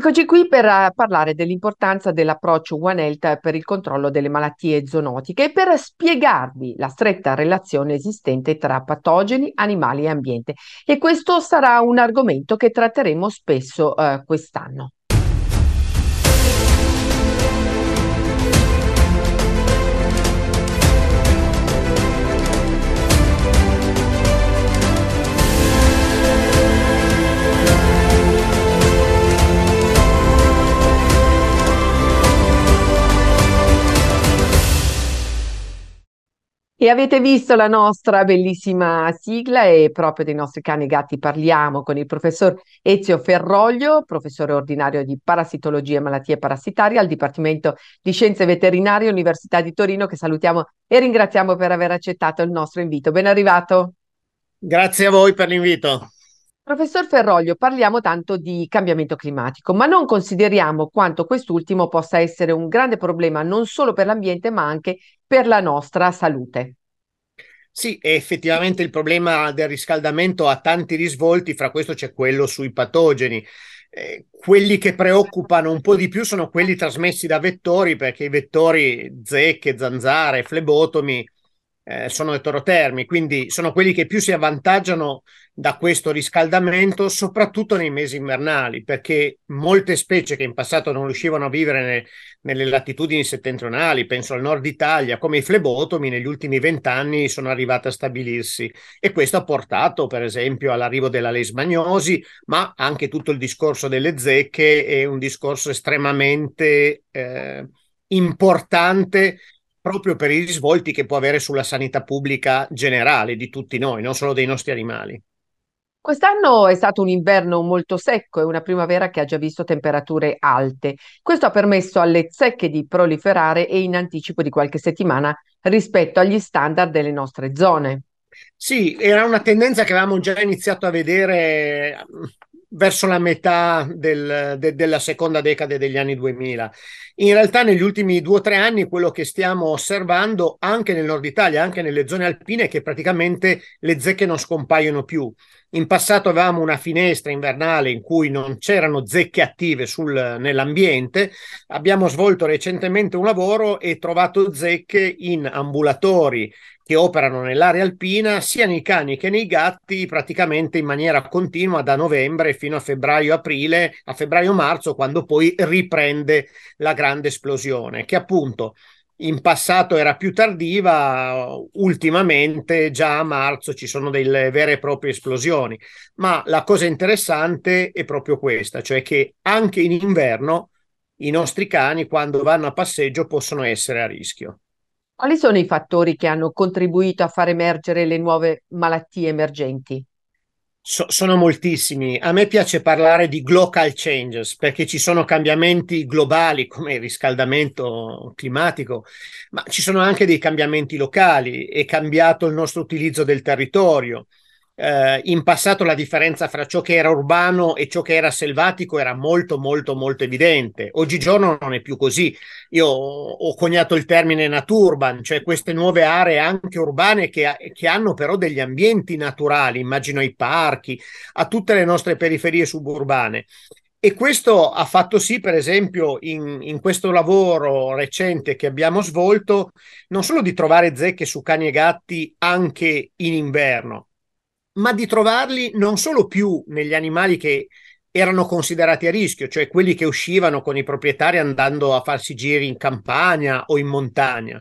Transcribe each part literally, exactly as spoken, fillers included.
Eccoci qui per eh, parlare dell'importanza dell'approccio One Health per il controllo delle malattie zoonotiche e per spiegarvi la stretta relazione esistente tra patogeni, animali e ambiente. E questo sarà un argomento che tratteremo spesso eh, quest'anno. E avete visto la nostra bellissima sigla e proprio dei nostri cani e gatti parliamo con il professor Ezio Ferroglio, professore ordinario di parassitologia e malattie parassitarie al Dipartimento di Scienze Veterinarie Università di Torino, che salutiamo e ringraziamo per aver accettato il nostro invito. Ben arrivato. Grazie a voi per l'invito. Professor Ferroglio, parliamo tanto di cambiamento climatico, ma non consideriamo quanto quest'ultimo possa essere un grande problema non solo per l'ambiente, ma anche per la nostra salute. Sì, effettivamente il problema del riscaldamento ha tanti risvolti, fra questo c'è quello sui patogeni. Eh, quelli che preoccupano un po' di più sono quelli trasmessi da vettori, perché i vettori zecche, zanzare, flebotomi eh, sono eterotermi, quindi sono quelli che più si avvantaggiano da questo riscaldamento, soprattutto nei mesi invernali, perché molte specie che in passato non riuscivano a vivere ne- nelle latitudini settentrionali, penso al nord Italia, come i flebotomi, negli ultimi vent'anni sono arrivate a stabilirsi. E questo ha portato, per esempio, all'arrivo della leishmaniosi, ma anche tutto il discorso delle zecche è un discorso estremamente eh, importante proprio per i risvolti che può avere sulla sanità pubblica generale di tutti noi, non solo dei nostri animali. Quest'anno è stato un inverno molto secco e una primavera che ha già visto temperature alte. Questo ha permesso alle zecche di proliferare e in anticipo di qualche settimana rispetto agli standard delle nostre zone. Sì, era una tendenza che avevamo già iniziato a vedere mm, verso la metà del- de- della seconda decade degli anni duemila. In realtà negli ultimi due o tre anni quello che stiamo osservando anche nel nord Italia, anche nelle zone alpine, è che praticamente le zecche non scompaiono più. In passato avevamo una finestra invernale in cui non c'erano zecche attive sul- nell'ambiente. Abbiamo svolto recentemente un lavoro e trovato zecche in ambulatori che operano nell'area alpina, sia nei cani che nei gatti, praticamente in maniera continua da novembre fino a febbraio-aprile, a febbraio-marzo, quando poi riprende la grande esplosione, che appunto in passato era più tardiva, ultimamente già a marzo ci sono delle vere e proprie esplosioni. Ma la cosa interessante è proprio questa, cioè che anche in inverno i nostri cani, quando vanno a passeggio, possono essere a rischio. Quali sono i fattori che hanno contribuito a far emergere le nuove malattie emergenti? So- sono moltissimi. A me piace parlare di global changes perché ci sono cambiamenti globali come il riscaldamento climatico, ma ci sono anche dei cambiamenti locali. È cambiato il nostro utilizzo del territorio. Eh, in passato la differenza fra ciò che era urbano e ciò che era selvatico era molto, molto, molto evidente. Oggigiorno non è più così. Io ho coniato il termine naturban, cioè queste nuove aree anche urbane che, che hanno però degli ambienti naturali, immagino ai parchi, a tutte le nostre periferie suburbane. E questo ha fatto sì, per esempio, in, in questo lavoro recente che abbiamo svolto, non solo di trovare zecche su cani e gatti anche in inverno, ma di trovarli non solo più negli animali che erano considerati a rischio, cioè quelli che uscivano con i proprietari andando a farsi giri in campagna o in montagna,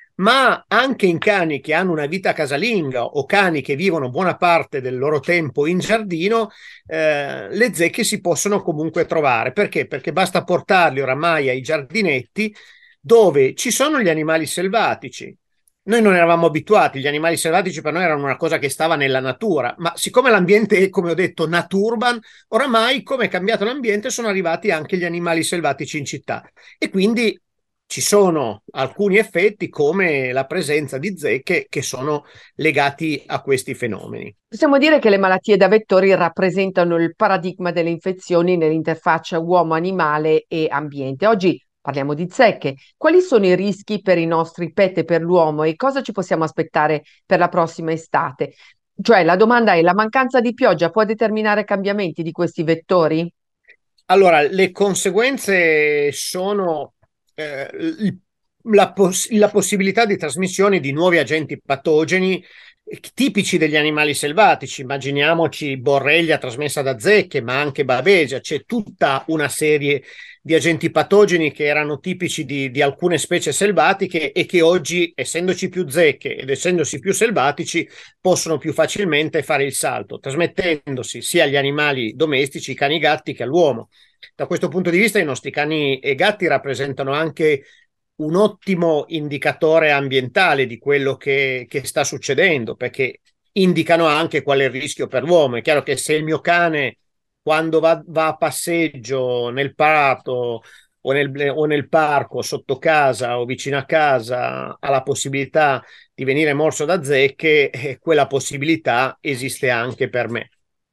ma anche in cani che hanno una vita casalinga o cani che vivono buona parte del loro tempo in giardino, eh, le zecche si possono comunque trovare. Perché? Perché basta portarli oramai ai giardinetti dove ci sono gli animali selvatici. Noi non eravamo abituati, gli animali selvatici per noi erano una cosa che stava nella natura, ma siccome l'ambiente è, come ho detto, naturban, oramai, come è cambiato l'ambiente, sono arrivati anche gli animali selvatici in città. E quindi ci sono alcuni effetti come la presenza di zecche che sono legati a questi fenomeni. Possiamo dire che le malattie da vettori rappresentano il paradigma delle infezioni nell'interfaccia uomo-animale e ambiente. Oggi parliamo di zecche. Quali sono i rischi per i nostri pet e per l'uomo e cosa ci possiamo aspettare per la prossima estate? Cioè, la domanda è: la mancanza di pioggia può determinare cambiamenti di questi vettori? Allora, le conseguenze sono eh, il- la, poss- la possibilità di trasmissione di nuovi agenti patogeni eh, tipici degli animali selvatici. Immaginiamoci borrelia trasmessa da zecche, ma anche babesia. C'è tutta una serie di agenti patogeni che erano tipici di, di alcune specie selvatiche e che oggi, essendoci più zecche ed essendosi più selvatici, possono più facilmente fare il salto, trasmettendosi sia agli animali domestici, cani e gatti, che all'uomo. Da questo punto di vista, i nostri cani e gatti rappresentano anche un ottimo indicatore ambientale di quello che, che sta succedendo, perché indicano anche qual è il rischio per l'uomo. È chiaro che se il mio cane, quando va, va a passeggio nel prato o nel, o nel parco, sotto casa o vicino a casa, ha la possibilità di venire morso da zecche, eh, quella possibilità esiste anche per me.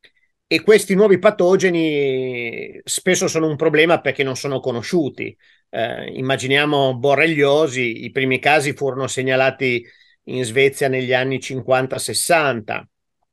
E questi nuovi patogeni spesso sono un problema perché non sono conosciuti. Eh, immaginiamo borreliosi, i primi casi furono segnalati in Svezia negli anni cinquanta sessanta.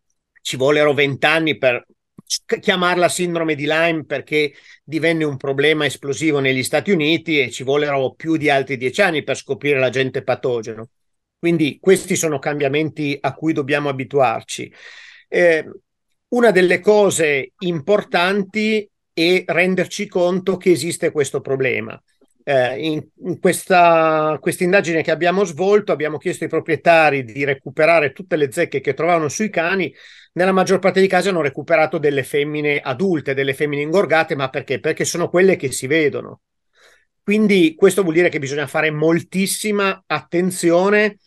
Ci vollero vent'anni per chiamarla sindrome di Lyme perché divenne un problema esplosivo negli Stati Uniti e ci vollero più di altri dieci anni per scoprire l'agente patogeno. Quindi questi sono cambiamenti a cui dobbiamo abituarci. Eh, una delle cose importanti è renderci conto che esiste questo problema. Eh, in, in questa questa indagine che abbiamo svolto abbiamo chiesto ai proprietari di recuperare tutte le zecche che trovavano sui cani. Nella maggior parte dei casi hanno recuperato delle femmine adulte, delle femmine ingorgate, ma perché? Perché sono quelle che si vedono. Quindi questo vuol dire che bisogna fare moltissima attenzione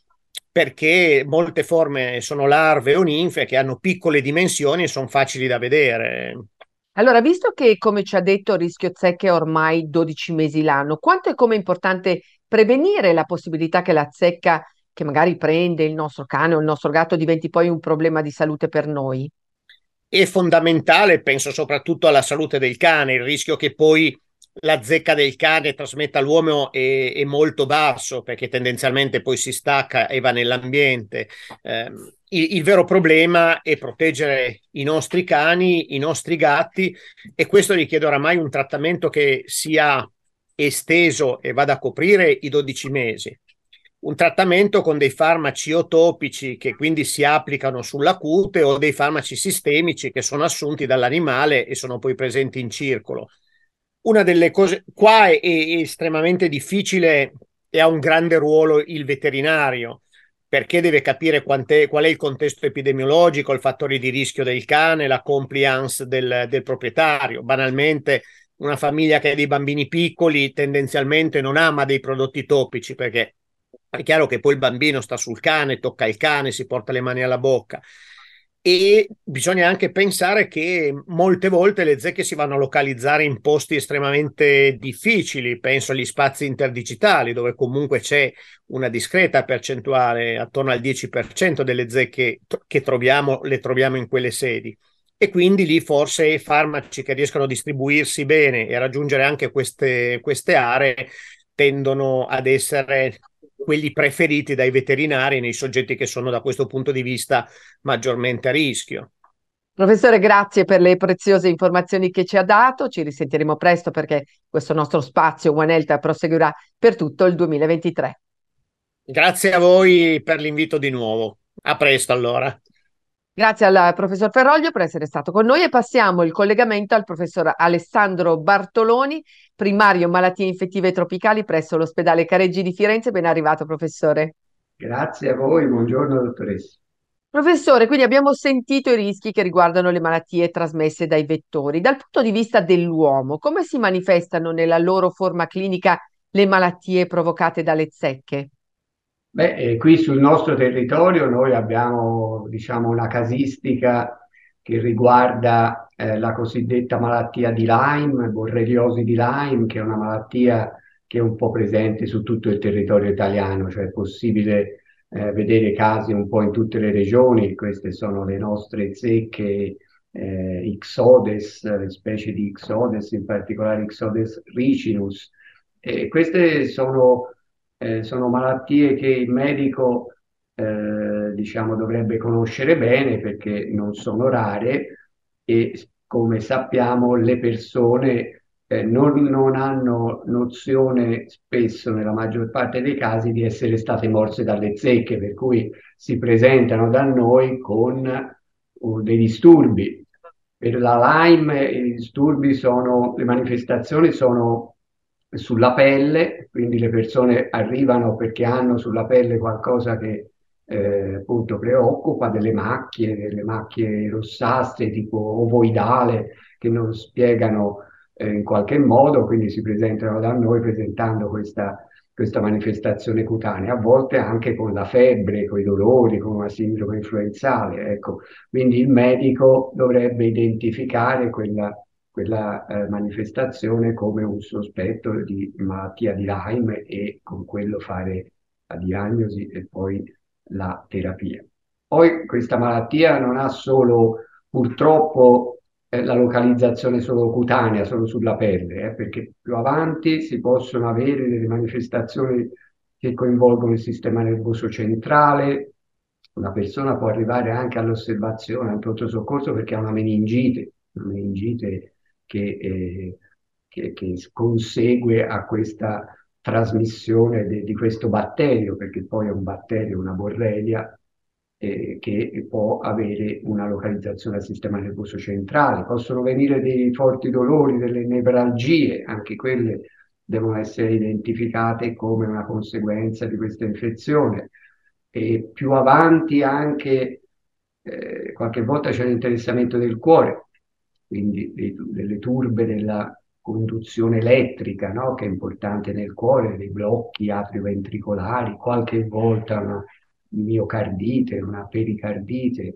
perché molte forme sono larve o ninfe che hanno piccole dimensioni e sono facili da vedere. Allora, visto che, come ci ha detto, il rischio zecche è ormai dodici mesi l'anno, quanto è come importante prevenire la possibilità che la zecca che magari prende il nostro cane o il nostro gatto diventi poi un problema di salute per noi? È fondamentale, penso soprattutto alla salute del cane, il rischio che poi la zecca del cane trasmetta all'uomo è, è molto basso perché tendenzialmente poi si stacca e va nell'ambiente. Eh, il, il vero problema è proteggere i nostri cani, i nostri gatti e questo richiede oramai un trattamento che sia esteso e vada a coprire i dodici mesi. Un trattamento con dei farmaci o topici che quindi si applicano sulla cute o dei farmaci sistemici che sono assunti dall'animale e sono poi presenti in circolo. Una delle cose qua è, è estremamente difficile e ha un grande ruolo il veterinario perché deve capire quant'è, qual è il contesto epidemiologico, i fattori di rischio del cane, la compliance del, del proprietario. Banalmente, una famiglia che ha dei bambini piccoli tendenzialmente non ama dei prodotti topici perché è chiaro che poi il bambino sta sul cane, tocca il cane, si porta le mani alla bocca. E bisogna anche pensare che molte volte le zecche si vanno a localizzare in posti estremamente difficili, penso agli spazi interdigitali, dove comunque c'è una discreta percentuale, attorno al dieci per cento delle zecche che troviamo, le troviamo in quelle sedi. E quindi lì forse farmaci che riescono a distribuirsi bene e a raggiungere anche queste, queste aree tendono ad essere quelli preferiti dai veterinari nei soggetti che sono da questo punto di vista maggiormente a rischio. Professore, grazie per le preziose informazioni che ci ha dato. Ci risentiremo presto perché questo nostro spazio One Health proseguirà per tutto il duemilaventitré. Grazie a voi per l'invito di nuovo. A presto allora. Grazie al professor Ferroglio per essere stato con noi e passiamo il collegamento al professor Alessandro Bartoloni, primario malattie infettive tropicali presso l'ospedale Careggi di Firenze. Ben arrivato, professore. Grazie a voi, buongiorno dottoressa. Professore, quindi abbiamo sentito i rischi che riguardano le malattie trasmesse dai vettori. Dal punto di vista dell'uomo, come si manifestano nella loro forma clinica le malattie provocate dalle zecche? Beh, eh, qui sul nostro territorio noi abbiamo, diciamo, una casistica che riguarda eh, la cosiddetta malattia di Lyme, borreliosi di Lyme, che è una malattia che è un po' presente su tutto il territorio italiano, cioè è possibile eh, vedere casi un po' in tutte le regioni. Queste sono le nostre zecche eh, Ixodes, le specie di Ixodes, in particolare Ixodes ricinus. E queste sono eh, sono malattie che il medico, eh, diciamo, dovrebbe conoscere bene perché non sono rare e, come sappiamo, le persone eh, non, non hanno nozione spesso, nella maggior parte dei casi, di essere state morse dalle zecche, per cui si presentano da noi con uh, dei disturbi. Per la Lyme i disturbi sono, le manifestazioni sono sulla pelle, quindi le persone arrivano perché hanno sulla pelle qualcosa che eh, appunto preoccupa, delle macchie, delle macchie rossastre tipo ovoidale che non spiegano eh, in qualche modo, quindi si presentano da noi presentando questa, questa manifestazione cutanea, a volte anche con la febbre, con i dolori, con una sindrome influenzale, ecco. Quindi il medico dovrebbe identificare quella, quella eh, manifestazione come un sospetto di malattia di Lyme e con quello fare la diagnosi e poi la terapia. Poi questa malattia non ha solo, purtroppo, eh, la localizzazione solo cutanea, solo sulla pelle, eh, perché più avanti si possono avere delle manifestazioni che coinvolgono il sistema nervoso centrale. Una persona può arrivare anche all'osservazione, al pronto soccorso, perché ha una meningite, una meningite che, eh, che, che consegue a questa trasmissione de, di questo batterio, perché poi è un batterio, una borrelia, eh, che può avere una localizzazione al sistema nervoso centrale. Possono venire dei forti dolori, delle nevralgie, anche quelle devono essere identificate come una conseguenza di questa infezione. E più avanti anche eh, qualche volta c'è l'interessamento del cuore, quindi dei, delle turbe della conduzione elettrica, no? Che è importante nel cuore, dei blocchi atrioventricolari, qualche volta una miocardite, una pericardite,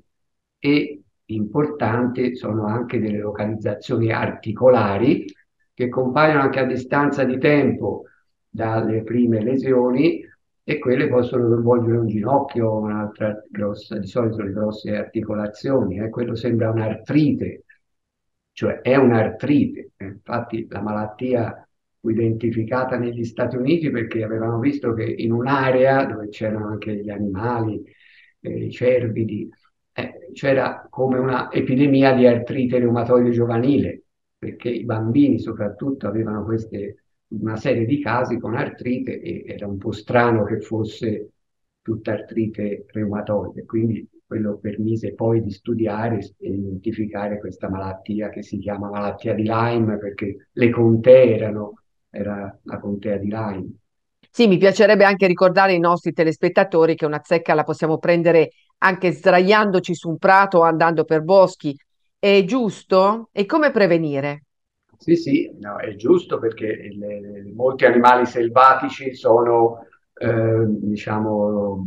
e importante sono anche delle localizzazioni articolari che compaiono anche a distanza di tempo dalle prime lesioni, e quelle possono coinvolgere un ginocchio, un'altra grossa, di solito le grosse articolazioni, eh, quello sembra un'artrite, cioè è un'artrite. Eh, Infatti la malattia fu identificata negli Stati Uniti perché avevano visto che in un'area dove c'erano anche gli animali, eh, i cervidi, eh, c'era come una epidemia di artrite reumatoide giovanile, perché i bambini soprattutto avevano queste, una serie di casi con artrite, e era un po' strano che fosse tutta artrite reumatoide. Quindi quello permise poi di studiare e identificare questa malattia che si chiama malattia di Lyme, perché le contee erano, era la contea di Lyme. Sì, mi piacerebbe anche ricordare ai nostri telespettatori che una zecca la possiamo prendere anche sdraiandoci su un prato o andando per boschi. È giusto? E come prevenire? Sì, sì, no, è giusto, perché le- molti animali selvatici sono, eh, diciamo,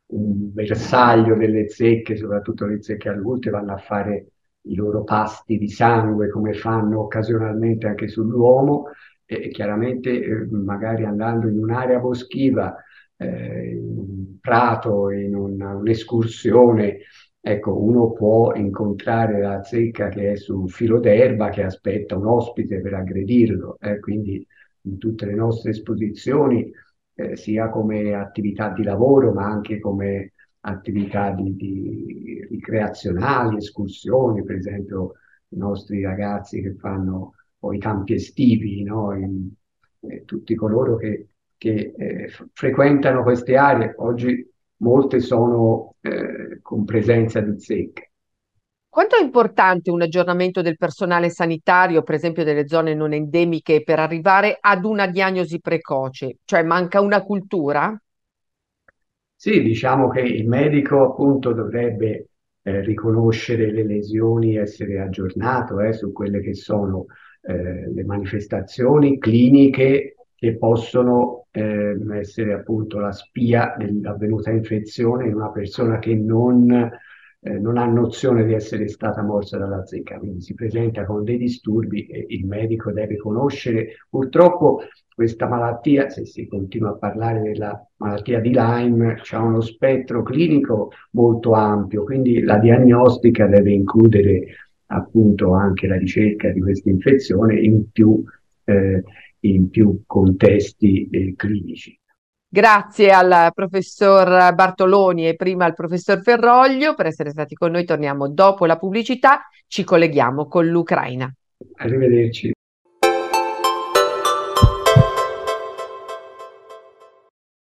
un bersaglio delle zecche, soprattutto le zecche adulte vanno a fare i loro pasti di sangue, come fanno occasionalmente anche sull'uomo, e chiaramente eh, magari andando in un'area boschiva, eh, in un prato, in una- un'escursione. Ecco, uno può incontrare la zecca che è su un filo d'erba, che aspetta un ospite per aggredirlo, eh, quindi in tutte le nostre esposizioni, eh, sia come attività di lavoro, ma anche come attività di, di ricreazionali, escursioni, per esempio i nostri ragazzi che fanno poi i campi estivi, no? In- eh, tutti coloro che, che eh, f- frequentano queste aree. Oggi molte sono eh, con presenza di zecche. Quanto è importante un aggiornamento del personale sanitario, per esempio delle zone non endemiche, per arrivare ad una diagnosi precoce? Cioè manca una cultura? Sì, diciamo che il medico appunto dovrebbe eh, riconoscere le lesioni, essere aggiornato eh, su quelle che sono eh, le manifestazioni cliniche che possono eh, essere appunto la spia dell'avvenuta infezione in una persona che non, eh, non ha nozione di essere stata morsa dalla zecca. Quindi si presenta con dei disturbi e il medico deve conoscere. Purtroppo questa malattia, se si continua a parlare della malattia di Lyme, ha uno spettro clinico molto ampio, quindi la diagnostica deve includere appunto anche la ricerca di questa infezione in più, eh, in più contesti eh, clinici. Grazie al professor Bartoloni e prima al professor Ferroglio per essere stati con noi. Torniamo dopo la pubblicità, ci colleghiamo con l'Ucraina. Arrivederci.